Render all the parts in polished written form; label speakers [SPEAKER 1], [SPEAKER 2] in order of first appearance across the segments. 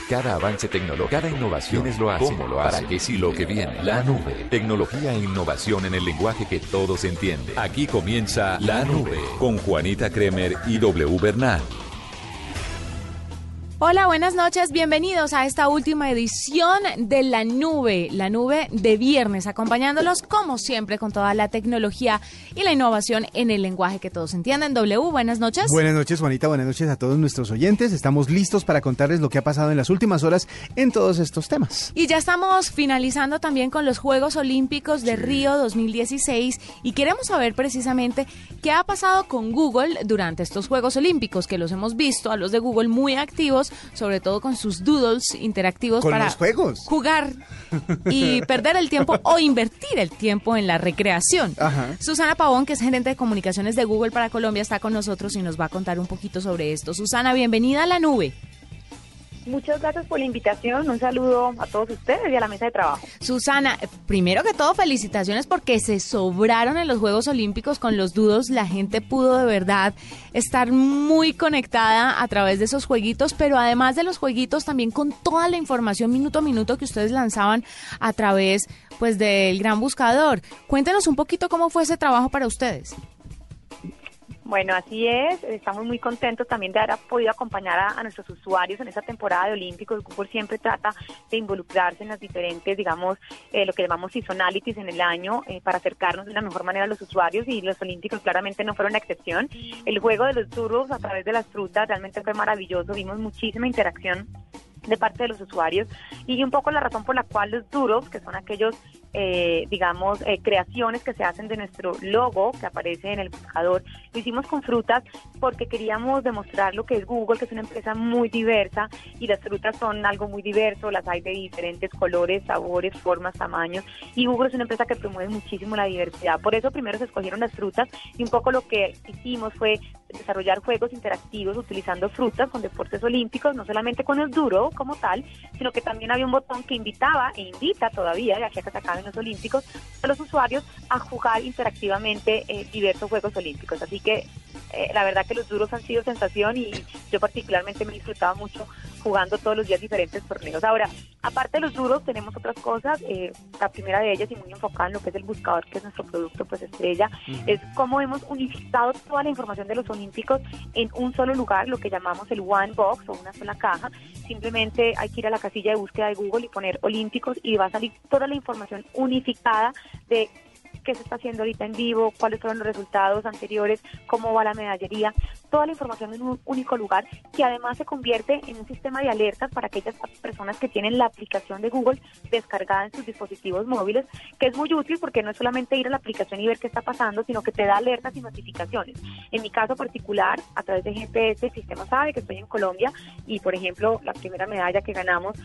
[SPEAKER 1] Cada avance tecnológico, cada innovación es lo hace, cómo lo hace, para qué sí lo que viene. La Nube. Tecnología e innovación en el lenguaje que todos entienden. Aquí comienza La Nube con Juanita Kremer y W. Bernal.
[SPEAKER 2] Hola, buenas noches, bienvenidos a esta última edición de La Nube de viernes, acompañándolos como siempre con toda la tecnología y la innovación en el lenguaje que todos entienden. W, buenas noches.
[SPEAKER 3] Buenas noches, Juanita, buenas noches a todos nuestros oyentes. Estamos listos para contarles lo que ha pasado en las últimas horas en todos estos temas.
[SPEAKER 2] Y ya estamos finalizando también con los Juegos Olímpicos de Río 2016 y queremos saber precisamente qué ha pasado con Google durante estos Juegos Olímpicos, que los hemos visto a los de Google muy activos, sobre todo con sus doodles interactivos
[SPEAKER 3] con
[SPEAKER 2] para
[SPEAKER 3] los juegos,
[SPEAKER 2] jugar y perder el tiempo o invertir el tiempo en la recreación.
[SPEAKER 3] Ajá.
[SPEAKER 2] Susana Pavón, que es gerente de comunicaciones de Google para Colombia, está con nosotros y nos va a contar un poquito sobre esto. Susana, bienvenida a La Nube.
[SPEAKER 4] Muchas gracias por la invitación, un saludo a todos ustedes y a la mesa de trabajo.
[SPEAKER 2] Susana, primero que todo, felicitaciones porque se sobraron en los Juegos Olímpicos con los doodles. La gente pudo de verdad estar muy conectada a través de esos jueguitos, pero además de los jueguitos también con toda la información minuto a minuto que ustedes lanzaban a través pues del gran buscador. Cuéntenos un poquito cómo fue ese trabajo para ustedes.
[SPEAKER 4] Bueno, así es, estamos muy contentos también de haber podido acompañar a nuestros usuarios en esta temporada de Olímpicos. Google siempre trata de involucrarse en las diferentes, digamos, lo que llamamos seasonalities en el año, para acercarnos de una mejor manera a los usuarios, y los Olímpicos claramente no fueron la excepción. El juego de los doodles a través de las frutas realmente fue maravilloso, vimos muchísima interacción de parte de los usuarios, y un poco la razón por la cual los doodles, que son aquellos creaciones que se hacen de nuestro logo que aparece en el buscador, lo hicimos con frutas porque queríamos demostrar lo que es Google, que es una empresa muy diversa, y las frutas son algo muy diverso, las hay de diferentes colores, sabores, formas, tamaños, y Google es una empresa que promueve muchísimo la diversidad. Por eso primero se escogieron las frutas, y un poco lo que hicimos fue desarrollar juegos interactivos utilizando frutas con deportes olímpicos, no solamente con el doodle como tal, sino que también había un botón que invitaba e invita todavía, ya que se acaban los Olímpicos, a los usuarios a jugar interactivamente diversos Juegos Olímpicos. Así que la verdad que los doodles han sido sensación, y yo particularmente me he disfrutado mucho jugando todos los días diferentes torneos. Ahora, aparte de los doodles, tenemos otras cosas. La primera de ellas, y muy enfocada en lo que es el buscador, que es nuestro producto pues estrella, es cómo hemos unificado toda la información de los Olímpicos en un solo lugar, lo que llamamos el One Box, o una sola caja. Simplemente hay que ir a la casilla de búsqueda de Google y poner Olímpicos, y va a salir toda la información unificada de qué se está haciendo ahorita en vivo, cuáles fueron los resultados anteriores, cómo va la medallería, toda la información en un único lugar, que además se convierte en un sistema de alertas para aquellas personas que tienen la aplicación de Google descargada en sus dispositivos móviles, que es muy útil porque no es solamente ir a la aplicación y ver qué está pasando, sino que te da alertas y notificaciones. En mi caso particular, a través de GPS, el sistema sabe que estoy en Colombia, y por ejemplo, la primera medalla que ganamos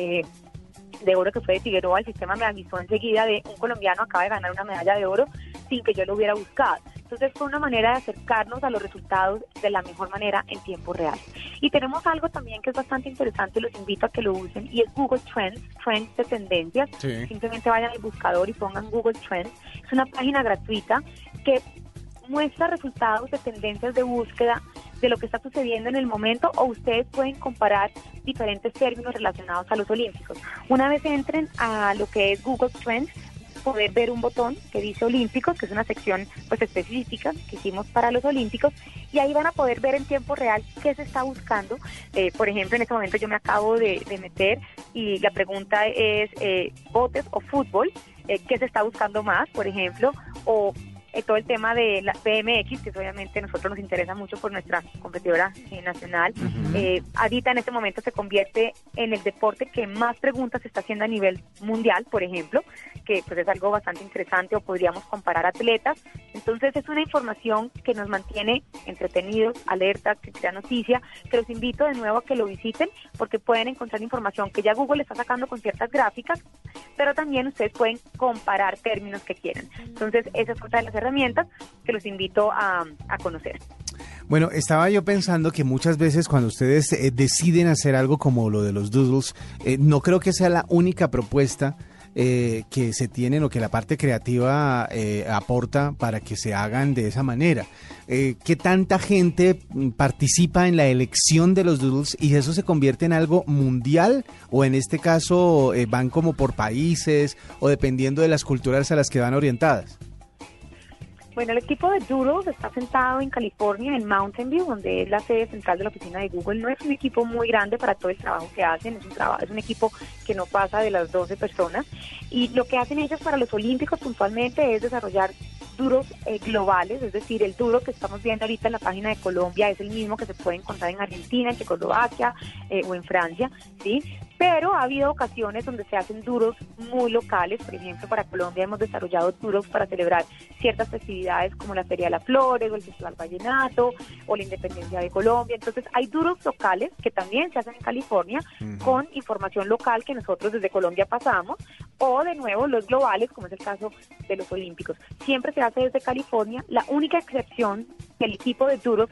[SPEAKER 4] de oro, que fue de Figueroa, el sistema me avisó enseguida de un colombiano acaba de ganar una medalla de oro sin que yo lo hubiera buscado. Entonces fue una manera de acercarnos a los resultados de la mejor manera en tiempo real. Y tenemos algo también que es bastante interesante, los invito a que lo usen, y es Google Trends de tendencias. Sí. Simplemente vayan al buscador y pongan Google Trends. Es una página gratuita que muestra resultados de tendencias de búsqueda de lo que está sucediendo en el momento, o ustedes pueden comparar diferentes términos relacionados a los Olímpicos. Una vez entren a lo que es Google Trends, poder ver un botón que dice Olímpicos, que es una sección pues específica que hicimos para los Olímpicos, y ahí van a poder ver en tiempo real qué se está buscando. Por ejemplo, en este momento yo me acabo de meter, y la pregunta es botes o fútbol, qué se está buscando más, por ejemplo, o todo el tema de la BMX, que obviamente a nosotros nos interesa mucho por nuestra competidora nacional. Ahorita en este momento se convierte en el deporte que más preguntas se está haciendo a nivel mundial, por ejemplo, que pues es algo bastante interesante, o podríamos comparar atletas. Entonces es una información que nos mantiene entretenidos, alertas, que crea noticia, que los invito de nuevo a que lo visiten, porque pueden encontrar información que ya Google está sacando con ciertas gráficas, pero también ustedes pueden comparar términos que quieran. Entonces esa es otra de las herramientas que los invito a conocer.
[SPEAKER 3] Bueno, estaba yo pensando que muchas veces cuando ustedes deciden hacer algo como lo de los doodles, no creo que sea la única propuesta que se tienen o que la parte creativa aporta para que se hagan de esa manera. ¿Qué tanta gente participa en la elección de los doodles y eso se convierte en algo mundial o en este caso van como por países o dependiendo de las culturas a las que van orientadas?
[SPEAKER 4] Bueno, el equipo de Doodles está sentado en California, en Mountain View, donde es la sede central de la oficina de Google. No es un equipo muy grande para todo el trabajo que hacen, es un equipo que no pasa de las 12 personas. Y lo que hacen ellos para los Olímpicos puntualmente es desarrollar Doodles globales, es decir, el Doodle que estamos viendo ahorita en la página de Colombia es el mismo que se puede encontrar en Argentina, en Checoslovaquia o en Francia, ¿sí? Pero ha habido ocasiones donde se hacen doodles muy locales. Por ejemplo, para Colombia hemos desarrollado doodles para celebrar ciertas festividades como la Feria de las Flores o el Festival Vallenato o la Independencia de Colombia. Entonces hay doodles locales que también se hacen en California con información local que nosotros desde Colombia pasamos, o de nuevo los globales, como es el caso de los Olímpicos. Siempre se hace desde California. La única excepción que el equipo de doodles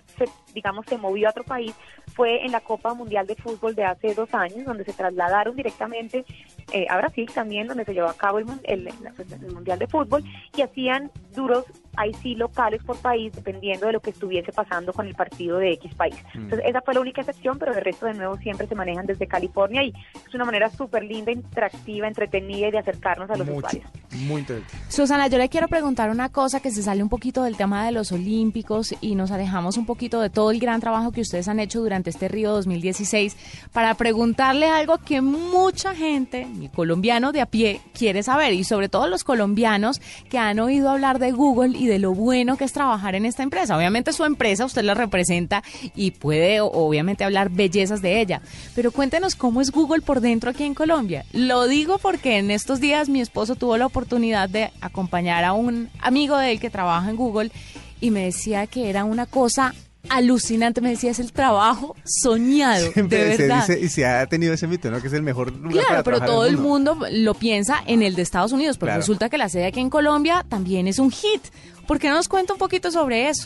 [SPEAKER 4] se movió a otro país fue en la Copa Mundial de Fútbol de hace 2 años, donde se trasladaron directamente a Brasil también, donde se llevó a cabo el Mundial de Fútbol, y hacían doodles ahí sí locales por país, dependiendo de lo que estuviese pasando con el partido de X país. Entonces esa fue la única excepción, pero el resto de nuevo siempre se manejan desde California y es una manera súper linda, interactiva, entretenida y de acercarnos a los usuarios.
[SPEAKER 3] Muy interesante.
[SPEAKER 2] Susana, yo le quiero preguntar una cosa que se sale un poquito del tema de los Olímpicos y nos alejamos un poquito de todo el gran trabajo que ustedes han hecho durante este Río 2016 para preguntarle algo que mucha gente, colombiano de a pie, quiere saber, y sobre todo los colombianos que han oído hablar de Google y de lo bueno que es trabajar en esta empresa. Obviamente su empresa usted la representa y puede obviamente hablar bellezas de ella, pero cuéntenos cómo es Google por dentro aquí en Colombia. Lo digo porque en estos días mi esposo tuvo la oportunidad de acompañar a un amigo de él que trabaja en Google y me decía que era una cosa alucinante, me decía, es el trabajo soñado,
[SPEAKER 3] siempre
[SPEAKER 2] de verdad.
[SPEAKER 3] Se dice, y se ha tenido ese mito, ¿no? Que es el mejor lugar
[SPEAKER 2] claro,
[SPEAKER 3] para
[SPEAKER 2] pero
[SPEAKER 3] trabajar
[SPEAKER 2] todo
[SPEAKER 3] en
[SPEAKER 2] el mundo lo piensa en el de Estados Unidos, pero
[SPEAKER 3] claro.
[SPEAKER 2] resulta que la sede aquí en Colombia también es un hit. ¿Por qué no nos cuenta un poquito sobre eso?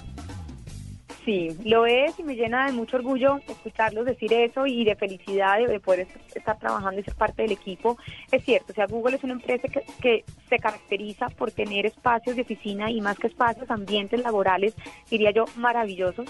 [SPEAKER 4] Sí, lo es y me llena de mucho orgullo escucharlos decir eso y de felicidad de poder estar trabajando y ser parte del equipo. Es cierto, o sea, Google es una empresa que se caracteriza por tener espacios de oficina y más que espacios, ambientes laborales, diría yo, maravillosos.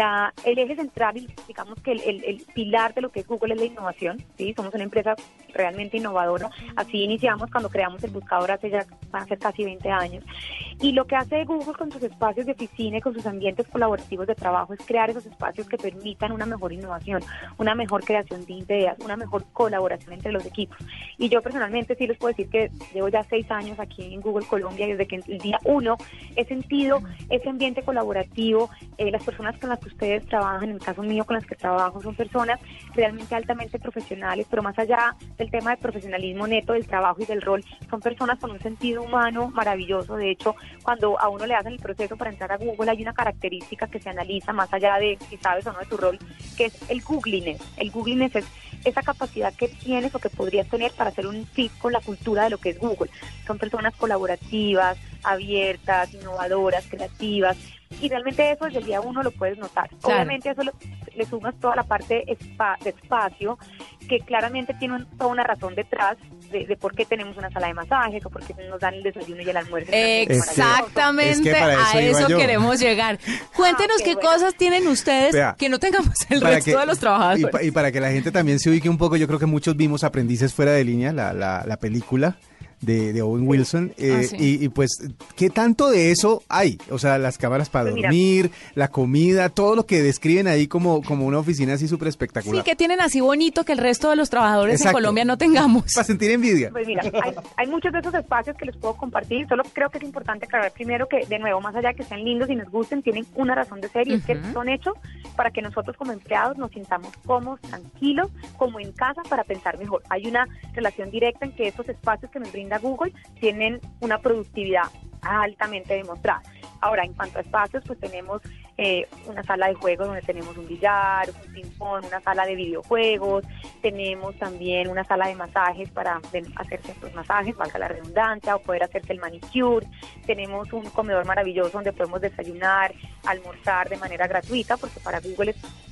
[SPEAKER 4] El eje central, digamos que el pilar de lo que es Google es la innovación, ¿sí? Somos una empresa realmente innovadora. Así iniciamos cuando creamos el buscador van a ser casi 20 años. Y lo que hace Google con sus espacios de oficina y con sus ambientes colaborativos de trabajo es crear esos espacios que permitan una mejor innovación, una mejor creación de ideas, una mejor colaboración entre los equipos. Y yo personalmente sí les puedo decir que llevo ya 6 años aquí en Google Colombia y desde que el día 1 he sentido ese ambiente colaborativo. Las personas con las que ustedes trabajan, en el caso mío con las que trabajo, son personas realmente altamente profesionales, pero más allá del tema de profesionalismo neto, del trabajo y del rol, son personas con un sentido humano maravilloso. De hecho, cuando a uno le hacen el proceso para entrar a Google, hay una característica que se analiza más allá de si sabes o no de tu rol, que es el Googliness. El Googliness es esa capacidad que tienes o que podrías tener para hacer un fit con la cultura de lo que es Google. Son personas colaborativas, abiertas, innovadoras, creativas, y realmente eso desde el día 1 lo puedes notar. Claro. Obviamente eso le sumas toda la parte de espacio, que claramente tiene toda una razón detrás de por qué tenemos una sala de masajes o por qué nos dan el desayuno y el almuerzo.
[SPEAKER 2] Exactamente, a eso queremos llegar. Cuéntenos qué cosas tienen ustedes que no tengamos el resto de los trabajadores.
[SPEAKER 3] Y para que la gente también se ubique un poco, yo creo que muchos vimos Aprendices fuera de línea, la película de Owen Wilson,
[SPEAKER 2] sí.
[SPEAKER 3] y pues, ¿qué tanto de eso hay? O sea, las cámaras para dormir, la comida, todo lo que describen ahí como una oficina así súper espectacular.
[SPEAKER 2] Sí, que tienen así bonito que el resto de los trabajadores en Colombia no tengamos.
[SPEAKER 3] Para sentir envidia.
[SPEAKER 4] Pues mira, hay muchos de esos espacios que les puedo compartir, solo creo que es importante aclarar primero que, de nuevo, más allá de que sean lindos y nos gusten, tienen una razón de ser, y es que son hechos para que nosotros como empleados nos sintamos cómodos, tranquilos, como en casa, para pensar mejor. Hay una relación directa en que esos espacios que nos brinda Google tienen una productividad altamente demostrada. Ahora, en cuanto a espacios, pues tenemos una sala de juegos donde tenemos un billar, un ping-pong, una sala de videojuegos, tenemos también una sala de masajes para hacerse estos masajes, valga la redundancia, o poder hacerse el manicure. Tenemos un comedor maravilloso donde podemos desayunar, almorzar de manera gratuita, porque para Google es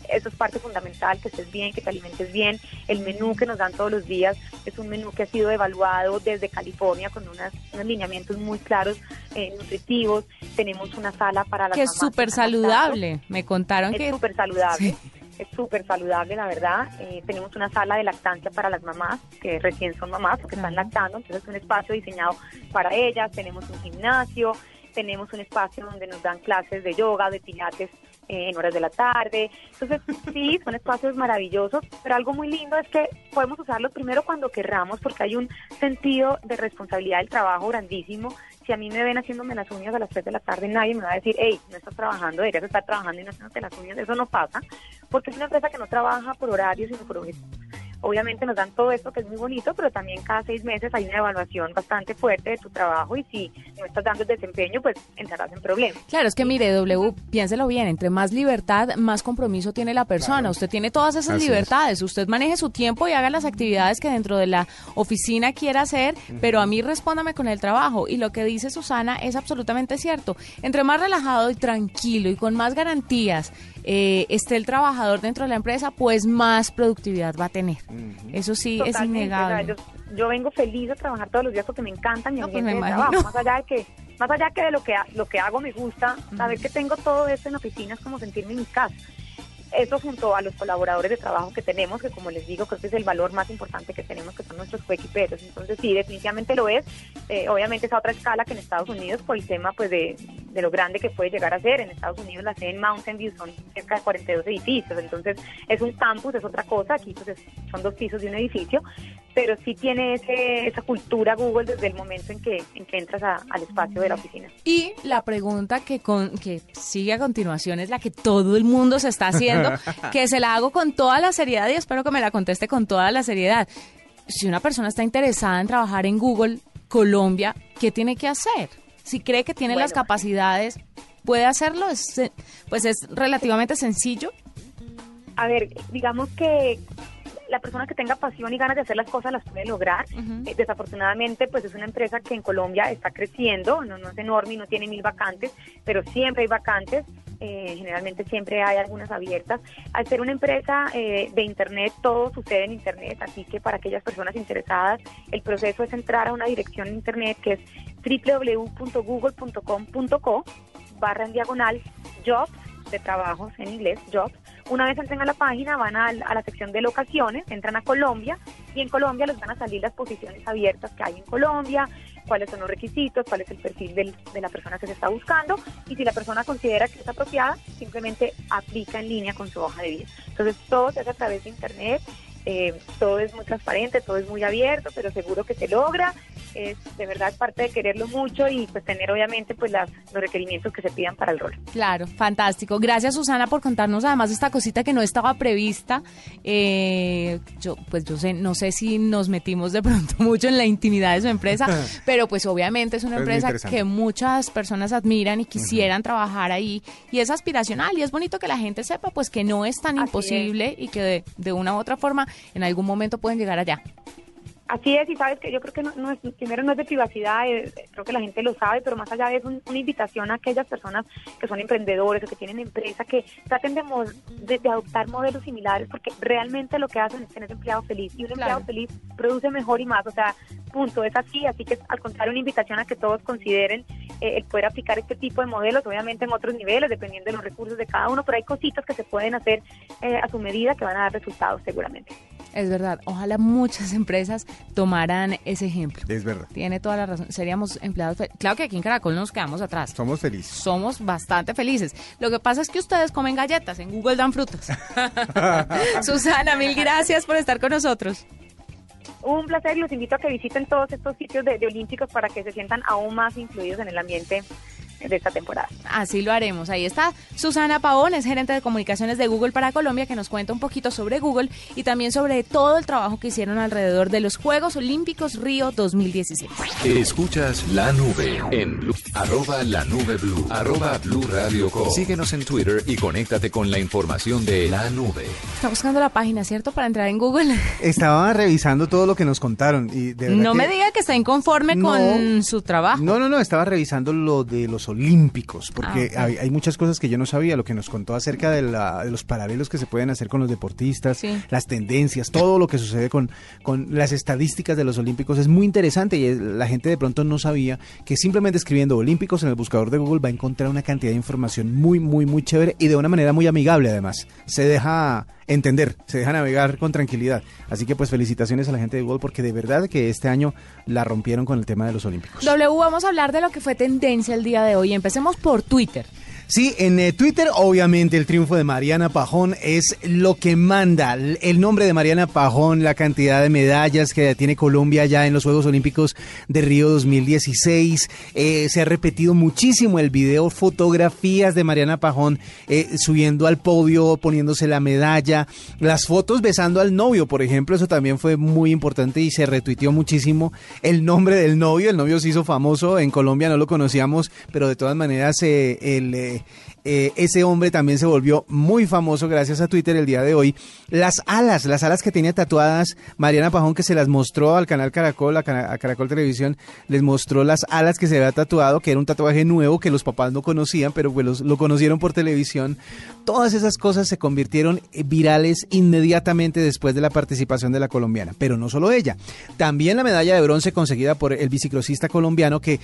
[SPEAKER 4] eso es parte fundamental, que estés bien, que te alimentes bien. El menú que nos dan todos los días es un menú que ha sido evaluado desde California con unos lineamientos muy claros, nutritivos. Tenemos una sala para las
[SPEAKER 2] que
[SPEAKER 4] mamás.
[SPEAKER 2] Es súper saludable, me contaron que...
[SPEAKER 4] Es súper saludable.
[SPEAKER 2] Sí.
[SPEAKER 4] Es súper saludable, la verdad. Tenemos una sala de lactancia para las mamás, que recién son mamás o que están lactando, entonces es un espacio diseñado para ellas. Tenemos un gimnasio, tenemos un espacio donde nos dan clases de yoga, de pilates en horas de la tarde. Entonces, sí, son espacios maravillosos, pero algo muy lindo es que podemos usarlos primero cuando querramos, porque hay un sentido de responsabilidad del trabajo grandísimo. Si a mí me ven haciéndome las uñas a las 3 de la tarde, nadie me va a decir, hey, no estás trabajando, deberías estar trabajando y no haciéndote las uñas. Eso no pasa, porque es una empresa que no trabaja por horarios, sino por objetivos. Obviamente nos dan todo esto que es muy bonito, pero también cada 6 meses hay una evaluación bastante fuerte de tu trabajo y si no estás dando el desempeño, pues entrarás en problemas.
[SPEAKER 2] Claro, es que mire, piénselo bien, entre más libertad, más compromiso tiene la persona. Claro. Usted tiene todas esas libertades, usted maneje su tiempo y haga las actividades que dentro de la oficina quiera hacer, pero a mí respóndame con el trabajo. Y lo que dice Susana es absolutamente cierto. Entre más relajado y tranquilo y con más garantías esté el trabajador dentro de la empresa, pues más productividad va a tener. Eso sí, totalmente, es innegable.
[SPEAKER 4] O sea, yo vengo feliz de trabajar todos los días porque me encanta mi ambiente de trabajo. Más allá que de lo que hago me gusta, saber que tengo todo esto en la oficina es como sentirme en mi casa. Eso junto a los colaboradores de trabajo que tenemos, que como les digo, creo que es el valor más importante que tenemos, que son nuestros coequiperos. Entonces sí, definitivamente lo es. Obviamente es a otra escala que en Estados Unidos por el tema pues de lo grande que puede llegar a ser. En Estados Unidos la sede en Mountain View son cerca de 42 edificios, entonces es un campus, es otra cosa. Aquí pues son 2 pisos de un edificio, pero sí tiene esa cultura Google desde el momento en que entras al espacio de la oficina.
[SPEAKER 2] Y la pregunta que sigue a continuación es la que todo el mundo se está haciendo, que se la hago con toda la seriedad y espero que me la conteste con toda la seriedad. Si una persona está interesada en trabajar en Google Colombia, ¿qué tiene que hacer? Si cree que tiene las capacidades, ¿puede hacerlo? Pues es relativamente sencillo.
[SPEAKER 4] A ver, digamos que la persona que tenga pasión y ganas de hacer las cosas las puede lograr. Desafortunadamente, pues es una empresa que en Colombia está creciendo, no es enorme y no tiene 1000 vacantes, pero siempre hay vacantes. Generalmente siempre hay algunas abiertas. Al ser una empresa de Internet, todo sucede en Internet, así que para aquellas personas interesadas, el proceso es entrar a una dirección en Internet que es www.google.com.co/jobs, de trabajos en inglés, jobs. Una vez entren a la página, van a la sección de locaciones, entran a Colombia y en Colombia les van a salir las posiciones abiertas que hay en Colombia, cuáles son los requisitos, cuál es el perfil de la persona que se está buscando y si la persona considera que es apropiada, simplemente aplica en línea con su hoja de vida. Entonces todo se hace a través de Internet, todo es muy transparente, todo es muy abierto, pero seguro que se logra. Es de verdad parte de quererlo mucho y pues tener obviamente pues los requerimientos que se pidan para el rol.
[SPEAKER 2] Claro, fantástico. Gracias Susana por contarnos además esta cosita que no estaba prevista. No sé si nos metimos de pronto mucho en la intimidad de su empresa, pero pues obviamente es una empresa que muchas personas admiran y quisieran trabajar ahí y es aspiracional y es bonito que la gente sepa pues que no es tan imposible y que de una u otra forma en algún momento pueden llegar allá.
[SPEAKER 4] Así es, y sabes que yo creo que primero no es de privacidad, creo que la gente lo sabe, pero más allá de eso es una invitación a aquellas personas que son emprendedores o que tienen empresa, que traten de adoptar modelos similares, porque realmente lo que hacen es tener empleado feliz, y un empleado feliz produce mejor y más, o sea, punto, es así que al contrario una invitación a que todos consideren el poder aplicar este tipo de modelos, obviamente en otros niveles, dependiendo de los recursos de cada uno, pero hay cositas que se pueden hacer a su medida que van a dar resultados seguramente.
[SPEAKER 2] Es verdad, ojalá muchas empresas tomaran ese ejemplo.
[SPEAKER 3] Es verdad.
[SPEAKER 2] Tiene toda la razón, seríamos empleados claro que aquí en Caracol no nos quedamos atrás.
[SPEAKER 3] Somos felices.
[SPEAKER 2] Somos bastante felices. Lo que pasa es que ustedes comen galletas, en Google dan frutas. Susana, mil gracias por estar con nosotros.
[SPEAKER 4] Un placer y los invito a que visiten todos estos sitios de olímpicos para que se sientan aún más incluidos en el ambiente de esta temporada.
[SPEAKER 2] Así lo haremos. Ahí está Susana Pavón, es gerente de comunicaciones de Google para Colombia, que nos cuenta un poquito sobre Google y también sobre todo el trabajo que hicieron alrededor de los Juegos Olímpicos Río 2017.
[SPEAKER 1] Escuchas La Nube en Blue, @lanubeblu, @Blue Radio Co. Síguenos en Twitter y conéctate con la información de La Nube.
[SPEAKER 2] Está buscando la página, ¿cierto? Para entrar en Google.
[SPEAKER 3] Estaba revisando todo lo que nos contaron y de verdad
[SPEAKER 2] no me diga que está inconforme con su trabajo.
[SPEAKER 3] No, estaba revisando lo de los olímpicos, porque hay muchas cosas que yo no sabía, lo que nos contó acerca de los paralelos que se pueden hacer con los deportistas, las tendencias, todo lo que sucede con las estadísticas de los olímpicos es muy interesante y la gente de pronto no sabía que simplemente escribiendo olímpicos en el buscador de Google va a encontrar una cantidad de información muy, muy, muy chévere y de una manera muy amigable además. Se deja entender, se deja navegar con tranquilidad. Así que pues felicitaciones a la gente de Google porque de verdad que este año la rompieron con el tema de los olímpicos.
[SPEAKER 2] Vamos a hablar de lo que fue tendencia el día de hoy. Empecemos por Twitter.
[SPEAKER 3] Sí, en Twitter obviamente el triunfo de Mariana Pajón es lo que manda. El nombre de Mariana Pajón, la cantidad de medallas que tiene Colombia ya en los Juegos Olímpicos de Río 2016. Se ha repetido muchísimo el video, fotografías de Mariana Pajón subiendo al podio, poniéndose la medalla. Las fotos besando al novio, por ejemplo, eso también fue muy importante y se retuiteó muchísimo el nombre del novio. El novio se hizo famoso, en Colombia no lo conocíamos, pero de todas maneras ese hombre también se volvió muy famoso gracias a Twitter el día de hoy. Las alas que tenía tatuadas Mariana Pajón, que se las mostró al canal Caracol, a Caracol Televisión, les mostró las alas que se había tatuado, que era un tatuaje nuevo que los papás no conocían, pero pues lo conocieron por televisión. Todas esas cosas se convirtieron virales inmediatamente después de la participación de la colombiana, pero no solo ella, también la medalla de bronce conseguida por el biciclosista colombiano que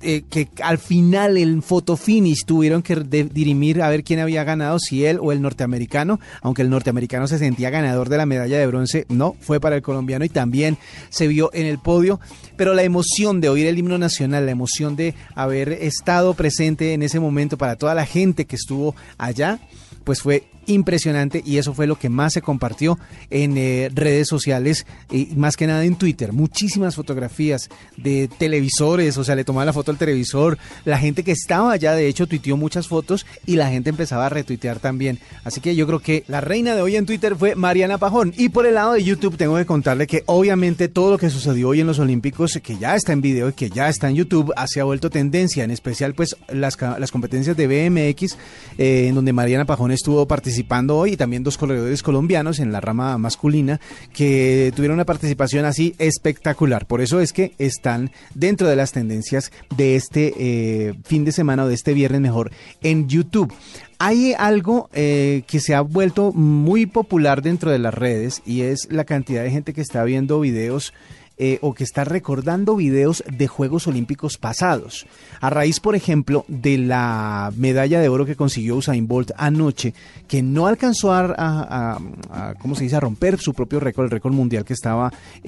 [SPEAKER 3] al final el photo finish tuvieron que dirimir a ver quién había ganado, si él o el norteamericano, aunque el norteamericano se sentía ganador de la medalla de bronce, no, fue para el colombiano y también se vio en el podio, pero la emoción de oír el himno nacional, la emoción de haber estado presente en ese momento para toda la gente que estuvo allá, pues fue impresionante y eso fue lo que más se compartió en redes sociales y más que nada en Twitter. Muchísimas fotografías de televisores, o sea, le tomaban la foto al televisor, la gente que estaba allá de hecho tuiteó muchas fotos y la gente empezaba a retuitear también. Así que yo creo que la reina de hoy en Twitter fue Mariana Pajón. Y por el lado de YouTube tengo que contarle que obviamente todo lo que sucedió hoy en los Olímpicos, que ya está en video y que ya está en YouTube, se ha vuelto tendencia, en especial pues las competencias de BMX, en donde Mariana Pajón estuvo participando hoy y también dos corredores colombianos en la rama masculina que tuvieron una participación así espectacular. Por eso es que están dentro de las tendencias de este fin de semana o de este viernes mejor en YouTube. Hay algo que se ha vuelto muy popular dentro de las redes y es la cantidad de gente que está viendo videos o que está recordando videos de Juegos Olímpicos pasados. A raíz, por ejemplo, de la medalla de oro que consiguió Usain Bolt anoche, que no alcanzó a ¿cómo se dice?, a romper su propio récord, el récord mundial que estaba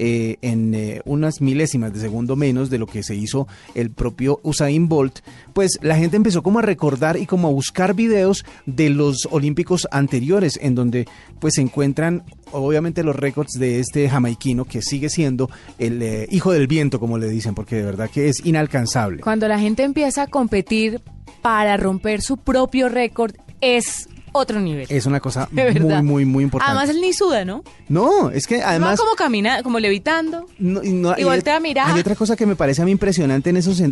[SPEAKER 3] en unas milésimas de segundo menos de lo que se hizo el propio Usain Bolt, pues la gente empezó como a recordar y como a buscar videos de los Olímpicos anteriores, en donde pues se encuentran obviamente los récords de este jamaiquino que sigue siendo el hijo del viento, como le dicen, porque de verdad que es inalcanzable.
[SPEAKER 2] Cuando la gente empieza a competir para romper su propio récord, es otro nivel.
[SPEAKER 3] Es una cosa muy importante.
[SPEAKER 2] Además él ni suda, ¿no?
[SPEAKER 3] No, es que además...
[SPEAKER 2] Va como camina, como levitando y voltea a mirar.
[SPEAKER 3] Hay otra cosa que me parece a mí impresionante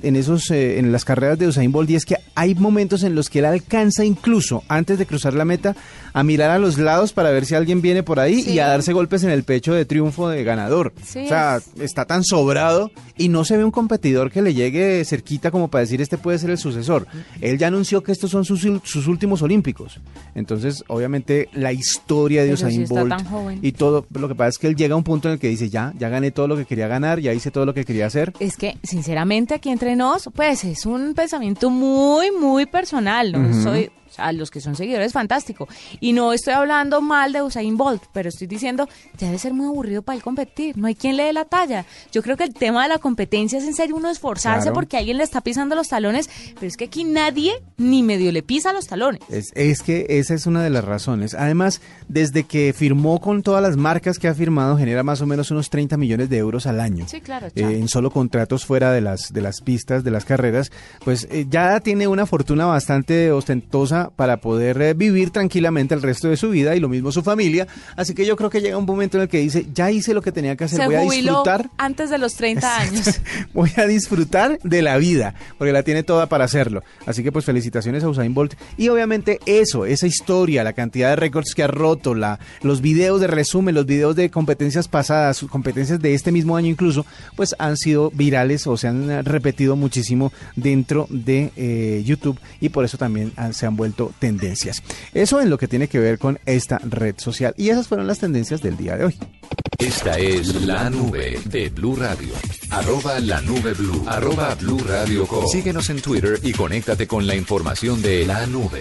[SPEAKER 3] en las carreras de Usain Bolt y es que hay momentos en los que él alcanza incluso antes de cruzar la meta a mirar a los lados para ver si alguien viene por ahí y a darse golpes en el pecho de triunfo de ganador. Sí, o sea, está tan sobrado y no se ve un competidor que le llegue cerquita como para decir este puede ser el sucesor. Él ya anunció que estos son sus últimos Olímpicos. Entonces, obviamente, la historia de Usain Bolt y todo, lo que pasa es que él llega a un punto en el que dice, ya gané todo lo que quería ganar, ya hice todo lo que quería hacer.
[SPEAKER 2] Es que, sinceramente, aquí entre nos, pues, es un pensamiento muy personal, ¿no? Uh-huh. A los que son seguidores, fantástico. Y no estoy hablando mal de Usain Bolt, pero estoy diciendo, ya debe ser muy aburrido para él competir. No hay quien le dé la talla. Yo creo que el tema de la competencia es en serio uno esforzarse porque alguien le está pisando los talones, pero es que aquí nadie ni medio le pisa los talones.
[SPEAKER 3] Es que esa es una de las razones. Además, desde que firmó con todas las marcas que ha firmado, genera más o menos unos 30 millones de euros al año.
[SPEAKER 2] Sí, claro.
[SPEAKER 3] En solo contratos fuera de las pistas, de las carreras, pues ya tiene una fortuna bastante ostentosa para poder vivir tranquilamente el resto de su vida y lo mismo su familia. Así que yo creo que llega un momento en el que dice, ya hice lo que tenía que hacer,
[SPEAKER 2] Se
[SPEAKER 3] voy a
[SPEAKER 2] jubiló
[SPEAKER 3] disfrutar.
[SPEAKER 2] antes de los 30 años.
[SPEAKER 3] Voy a disfrutar de la vida, porque la tiene toda para hacerlo. Así que pues felicitaciones a Usain Bolt. Y obviamente esa historia, la cantidad de récords que ha roto, los videos de resumen, los videos de competencias pasadas, competencias de este mismo año incluso, pues han sido virales o se han repetido muchísimo dentro de YouTube y por eso también se han vuelto tendencias. Eso en lo que tiene que ver con esta red social. Y esas fueron las tendencias del día de hoy.
[SPEAKER 1] Esta es La Nube de Blue Radio. @La Nube Blue. @Blue Radio Co. Síguenos en Twitter y conéctate con la información de La Nube.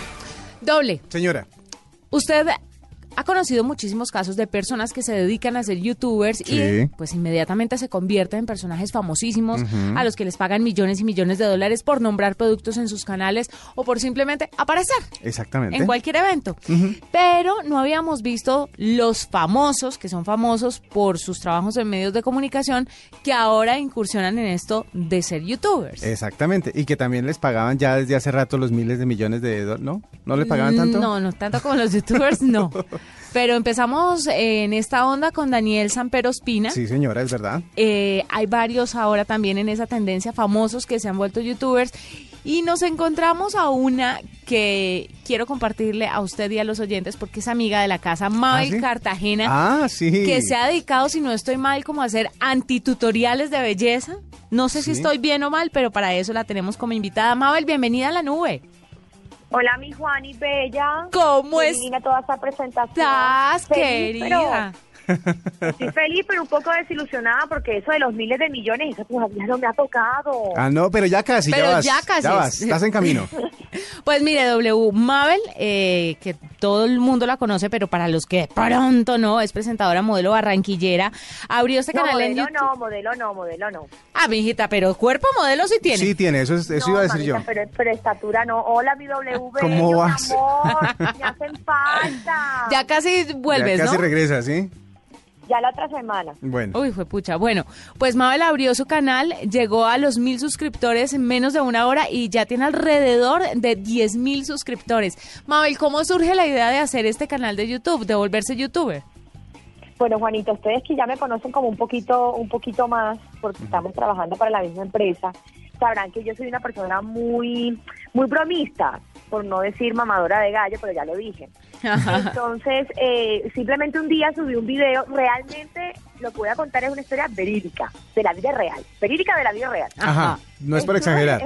[SPEAKER 2] Doble.
[SPEAKER 3] Señora.
[SPEAKER 2] Usted ha conocido muchísimos casos de personas que se dedican a ser youtubers
[SPEAKER 3] Sí.
[SPEAKER 2] y pues inmediatamente se convierten en personajes famosísimos a los que les pagan millones y millones de dólares por nombrar productos en sus canales o por simplemente aparecer
[SPEAKER 3] Exactamente.
[SPEAKER 2] en cualquier evento. Pero no habíamos visto los famosos, que son famosos por sus trabajos en medios de comunicación, que ahora incursionan en esto de ser youtubers.
[SPEAKER 3] Exactamente. Y que también les pagaban ya desde hace rato los miles de millones de dólares, ¿no? ¿No les pagaban tanto?
[SPEAKER 2] No tanto como los youtubers, no. Pero empezamos en esta onda con Daniel Samper Ospina.
[SPEAKER 3] Sí, señora, es verdad.
[SPEAKER 2] Hay varios ahora también en esa tendencia, famosos que se han vuelto youtubers. Y nos encontramos a una que quiero compartirle a usted y a los oyentes porque es amiga de la casa, Mabel
[SPEAKER 3] ¿sí?
[SPEAKER 2] Cartagena.
[SPEAKER 3] Sí.
[SPEAKER 2] Que se ha dedicado, si no estoy mal, como a hacer antitutoriales de belleza. No sé si estoy bien o mal, pero para eso la tenemos como invitada. Mabel, bienvenida a La Nube.
[SPEAKER 4] Hola, mi Juani Bella.
[SPEAKER 2] ¿Cómo
[SPEAKER 4] Qué divina toda esta presentación.
[SPEAKER 2] estás,
[SPEAKER 4] Feliz,
[SPEAKER 2] querida?
[SPEAKER 4] Estoy feliz, pero un poco desilusionada porque eso de los miles de millones, eso todavía no me ha tocado.
[SPEAKER 3] No, pero ya casi,
[SPEAKER 2] Pero
[SPEAKER 3] ya vas.
[SPEAKER 2] ya casi.
[SPEAKER 3] Ya vas, estás en camino.
[SPEAKER 2] Pues mire, Mabel, que todo el mundo la conoce, pero para los que de pronto no, es presentadora, modelo barranquillera, abrió este canal en YouTube.
[SPEAKER 4] Modelo no.
[SPEAKER 2] Ah, mijita, pero cuerpo modelo sí tiene.
[SPEAKER 3] Sí tiene, eso iba a decir yo.
[SPEAKER 4] Pero estatura no. Hola, mi W.
[SPEAKER 3] ¿Cómo vas?
[SPEAKER 4] Mi amor, me hacen falta.
[SPEAKER 2] Ya casi vuelves,
[SPEAKER 3] ya casi
[SPEAKER 2] ¿no?
[SPEAKER 3] regresa, ¿sí?
[SPEAKER 4] Ya la otra semana.
[SPEAKER 3] Bueno.
[SPEAKER 2] Uy, fue pucha. Bueno, pues Mabel abrió su canal, llegó a los 1,000 suscriptores en menos de una hora y ya tiene alrededor de 10,000 suscriptores. Mabel, ¿cómo surge la idea de hacer este canal de YouTube, de volverse youtuber?
[SPEAKER 4] Bueno, Juanito, ustedes que ya me conocen como un poquito más, porque estamos trabajando para la misma empresa, sabrán que yo soy una persona muy bromista, por no decir mamadora de gallo, pero ya lo dije. Entonces, simplemente un día subí un video, realmente lo que voy a contar es una historia verídica, de la vida real, verídica de la vida real.
[SPEAKER 3] Ajá, no es por exagerar.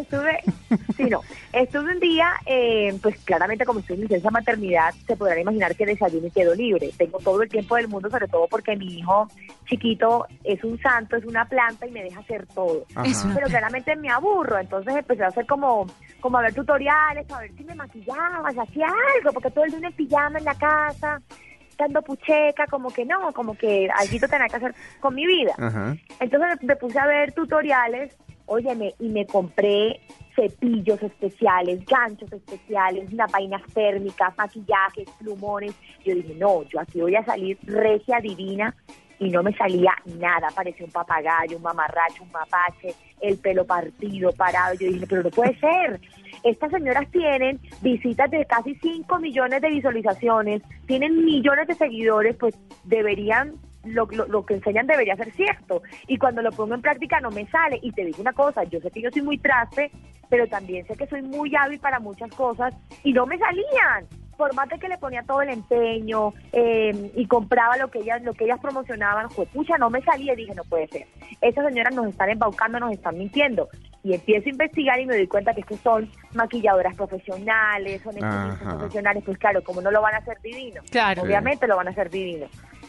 [SPEAKER 4] Estuve un día, pues claramente como estoy en licencia de maternidad, se podrán imaginar que desayuno y quedo libre. Tengo todo el tiempo del mundo, sobre todo porque mi hijo chiquito es un santo, es una planta y me deja hacer todo. Pero claramente me aburro, entonces empecé a hacer como a ver tutoriales, a ver si me maquillaba, si hacía algo, porque todo el día en pijama en la casa, dando pucheca, como que algo tenía que hacer con mi vida. Entonces me puse a ver tutoriales, óyeme, y me compré cepillos especiales, ganchos especiales, unas vainas térmicas, maquillajes, plumones. Yo dije, no, yo aquí voy a salir regia, divina, y no me salía nada, parecía un papagayo, un mamarracho, un mapache, el pelo partido, parado. Yo dije, pero no puede ser. Estas señoras tienen visitas de casi 5 millones de visualizaciones, tienen millones de seguidores, pues deberían, lo que enseñan debería ser cierto. Y cuando lo pongo en práctica no me sale. Y te digo una cosa, yo sé que yo soy muy traste, pero también sé que soy muy hábil para muchas cosas y no me salían. Por más de que le ponía todo el empeño y compraba lo que ellas promocionaban, pucha, no me salía. Y dije, no puede ser. Estas señoras nos están embaucando, nos están mintiendo. Y empiezo a investigar y me doy cuenta que es que son maquilladoras profesionales, son estilistas profesionales. Pues claro, como no lo van a hacer divino.
[SPEAKER 2] Claro.
[SPEAKER 4] Obviamente lo van a hacer divino.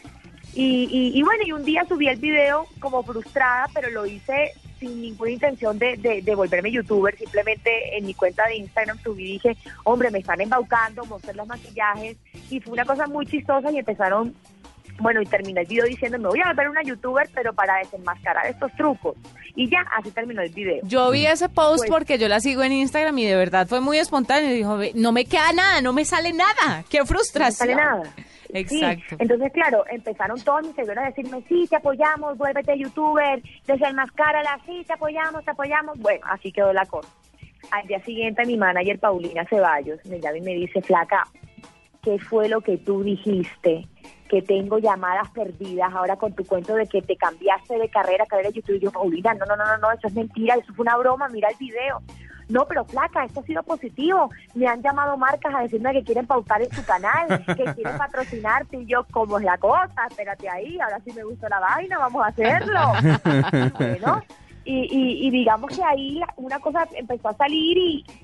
[SPEAKER 4] Y bueno, y un día subí el video como frustrada, pero lo hice sin ninguna intención de volverme youtuber. Simplemente en mi cuenta de Instagram subí y dije, hombre, me están embaucando, mostré los maquillajes, y fue una cosa muy chistosa y empezaron, bueno, y terminé el video diciendo, me voy a volver una youtuber, pero para desenmascarar estos trucos. Y ya, así terminó el video.
[SPEAKER 2] Yo vi ese post
[SPEAKER 4] Pues,
[SPEAKER 2] porque yo la sigo en Instagram y de verdad fue muy espontáneo. Y dijo, no me queda nada, no me sale nada. ¡Qué frustración!
[SPEAKER 4] No sale nada.
[SPEAKER 2] Exacto.
[SPEAKER 4] Sí. Entonces, claro, empezaron todos mis seguidores a decirme, sí, te apoyamos, vuélvete youtuber, desenmascárala, sí, te apoyamos. Bueno, así quedó la cosa. Al día siguiente mi manager Paulina Ceballos me llama y me dice, flaca, ¿qué fue lo que tú dijiste? Que tengo llamadas perdidas ahora con tu cuento de que te cambiaste de carrera de YouTube. Y yo, Paulina, no, eso es mentira, eso fue una broma, mira el video. No, pero flaca, esto ha sido positivo. Me han llamado marcas a decirme que quieren pautar en su canal, que quieren patrocinarte. Y yo, ¿cómo es la cosa? Espérate ahí, ahora sí me gustó la vaina, vamos a hacerlo. Bueno, y digamos que ahí una cosa empezó a salir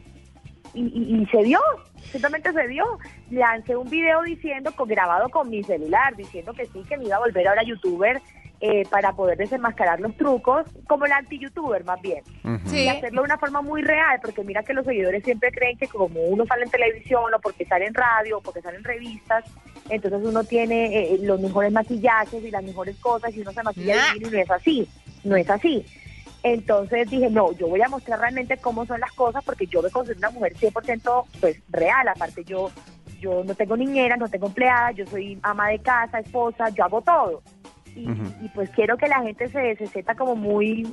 [SPEAKER 4] y se dio, simplemente se dio. Lancé un video grabado con mi celular, diciendo que sí, que me iba a volver ahora youtuber, para poder desenmascarar los trucos, como la anti-youtuber más bien.
[SPEAKER 2] Sí.
[SPEAKER 4] Y hacerlo de una forma muy real, porque mira que los seguidores siempre creen que como uno sale en televisión, o porque sale en radio, o porque sale en revistas, entonces uno tiene los mejores maquillajes y las mejores cosas, y uno se maquilla divino, y no es así. Entonces dije, no, yo voy a mostrar realmente cómo son las cosas, porque yo me considero una mujer 100% pues real. Aparte yo no tengo niñera, no tengo empleada, yo soy ama de casa, esposa, yo hago todo. Y pues quiero que la gente se sienta como muy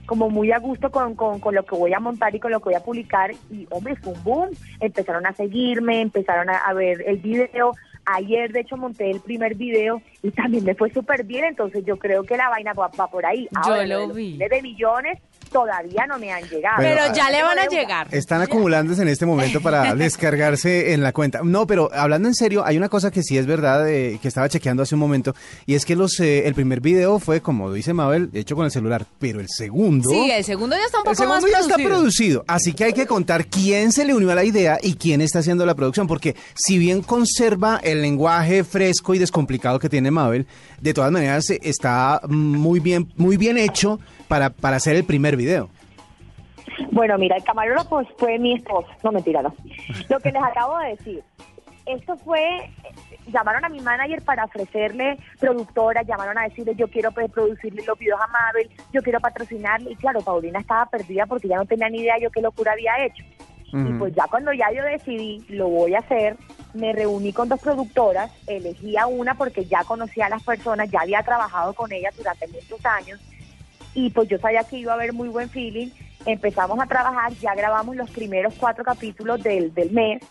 [SPEAKER 4] a gusto con lo que voy a montar y con lo que voy a publicar. Y hombre, fue un boom, empezaron a seguirme, empezaron a ver el video. Ayer de hecho monté el primer video y también me fue súper bien, entonces yo creo que la vaina va por ahí. Ahora,
[SPEAKER 2] yo lo vi.
[SPEAKER 4] De millones todavía no me han llegado.
[SPEAKER 2] Pero ya le van a llegar.
[SPEAKER 3] Están acumulándose en este momento para descargarse en la cuenta. No, pero hablando en serio, hay una cosa que sí es verdad, que estaba chequeando hace un momento, y es que el primer video fue, como dice Mabel, hecho con el celular, pero el segundo...
[SPEAKER 2] Sí, el segundo ya está un poco más producido.
[SPEAKER 3] El segundo ya está producido, así que hay que contar quién se le unió a la idea y quién está haciendo la producción, porque si bien conserva el lenguaje fresco y descomplicado que tiene Mabel, de todas maneras está muy bien hecho para hacer el primer video.
[SPEAKER 4] Bueno, mira, el camarógrafo pues, fue mi esposo. No, mentira, no. Lo que les acabo de decir, esto fue, llamaron a mi manager para ofrecerle productora, llamaron a decirle yo quiero producirle los videos a Mabel, yo quiero patrocinarle, y claro, Paulina estaba perdida porque ya no tenía ni idea yo qué locura había hecho. Y pues ya cuando ya yo decidí, lo voy a hacer, me reuní con 2 productoras, elegí a una porque ya conocía a las personas, ya había trabajado con ellas durante muchos años, y pues yo sabía que iba a haber muy buen feeling. Empezamos a trabajar, ya grabamos los primeros 4 capítulos del mes,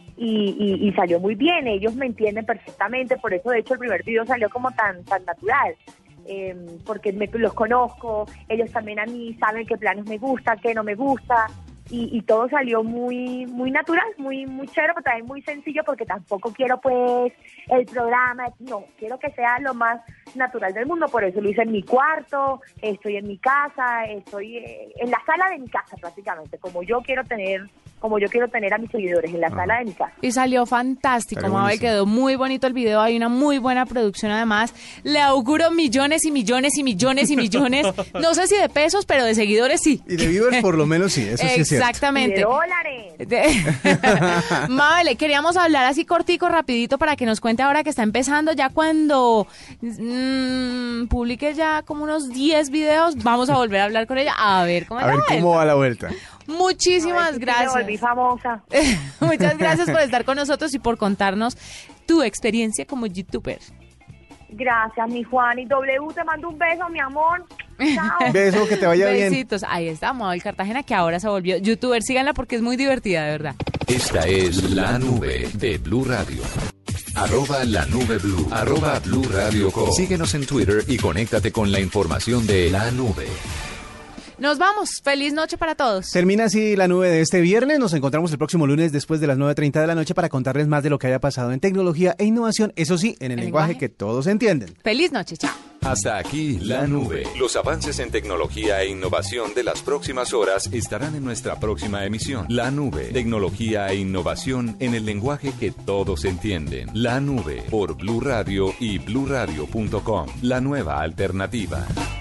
[SPEAKER 4] y salió muy bien, ellos me entienden perfectamente, por eso de hecho el primer video salió como tan natural, porque los conozco, ellos también a mí saben qué planes me gusta, qué no me gusta, y todo salió muy natural, muy chévere, pero también muy sencillo, porque tampoco quiero pues el programa, no, quiero que sea lo más natural del mundo, por eso lo hice en mi cuarto, estoy en mi casa, estoy en la sala de mi casa prácticamente, como yo quiero tener a mis seguidores, en la sala de mi casa.
[SPEAKER 2] Y salió fantástico, Mabel, quedó muy bonito el video, hay una muy buena producción además, le auguro millones y millones y millones y millones, no sé si de pesos, pero de seguidores sí.
[SPEAKER 3] Y de viewers por lo menos sí, eso sí es cierto.
[SPEAKER 2] Exactamente.
[SPEAKER 4] Y de
[SPEAKER 2] dólares. Mabel, queríamos hablar así cortico, rapidito, para que nos cuente ahora que está empezando, ya cuando publique ya como unos 10 videos, vamos a volver a hablar con ella, a ver cómo
[SPEAKER 3] va la vuelta.
[SPEAKER 2] Muchísimas gracias.
[SPEAKER 4] Me volví famosa.
[SPEAKER 2] Muchas gracias por estar con nosotros y por contarnos tu experiencia como youtuber.
[SPEAKER 4] Gracias, mi Juan. Y W, te mando un beso, mi amor. Chao.
[SPEAKER 3] Beso, que te vaya bien.
[SPEAKER 2] Besitos. Ahí está, Mabel Cartagena, que ahora se volvió youtuber. Síganla porque es muy divertida, de verdad.
[SPEAKER 1] Esta es La Nube de Blue Radio. @lanubeblu, @Blue Radio Co. Síguenos en Twitter y conéctate con la información de La Nube.
[SPEAKER 2] Nos vamos. Feliz noche para todos.
[SPEAKER 3] Termina así La Nube de este viernes. Nos encontramos el próximo lunes después de las 9:30 de la noche para contarles más de lo que haya pasado en tecnología e innovación. Eso sí, en el lenguaje que todos entienden.
[SPEAKER 2] Feliz noche. Chao.
[SPEAKER 1] Hasta aquí La Nube. Los avances en tecnología e innovación de las próximas horas estarán en nuestra próxima emisión. La Nube. Tecnología e innovación en el lenguaje que todos entienden. La Nube por Blue Radio y bluradio.com. La nueva alternativa.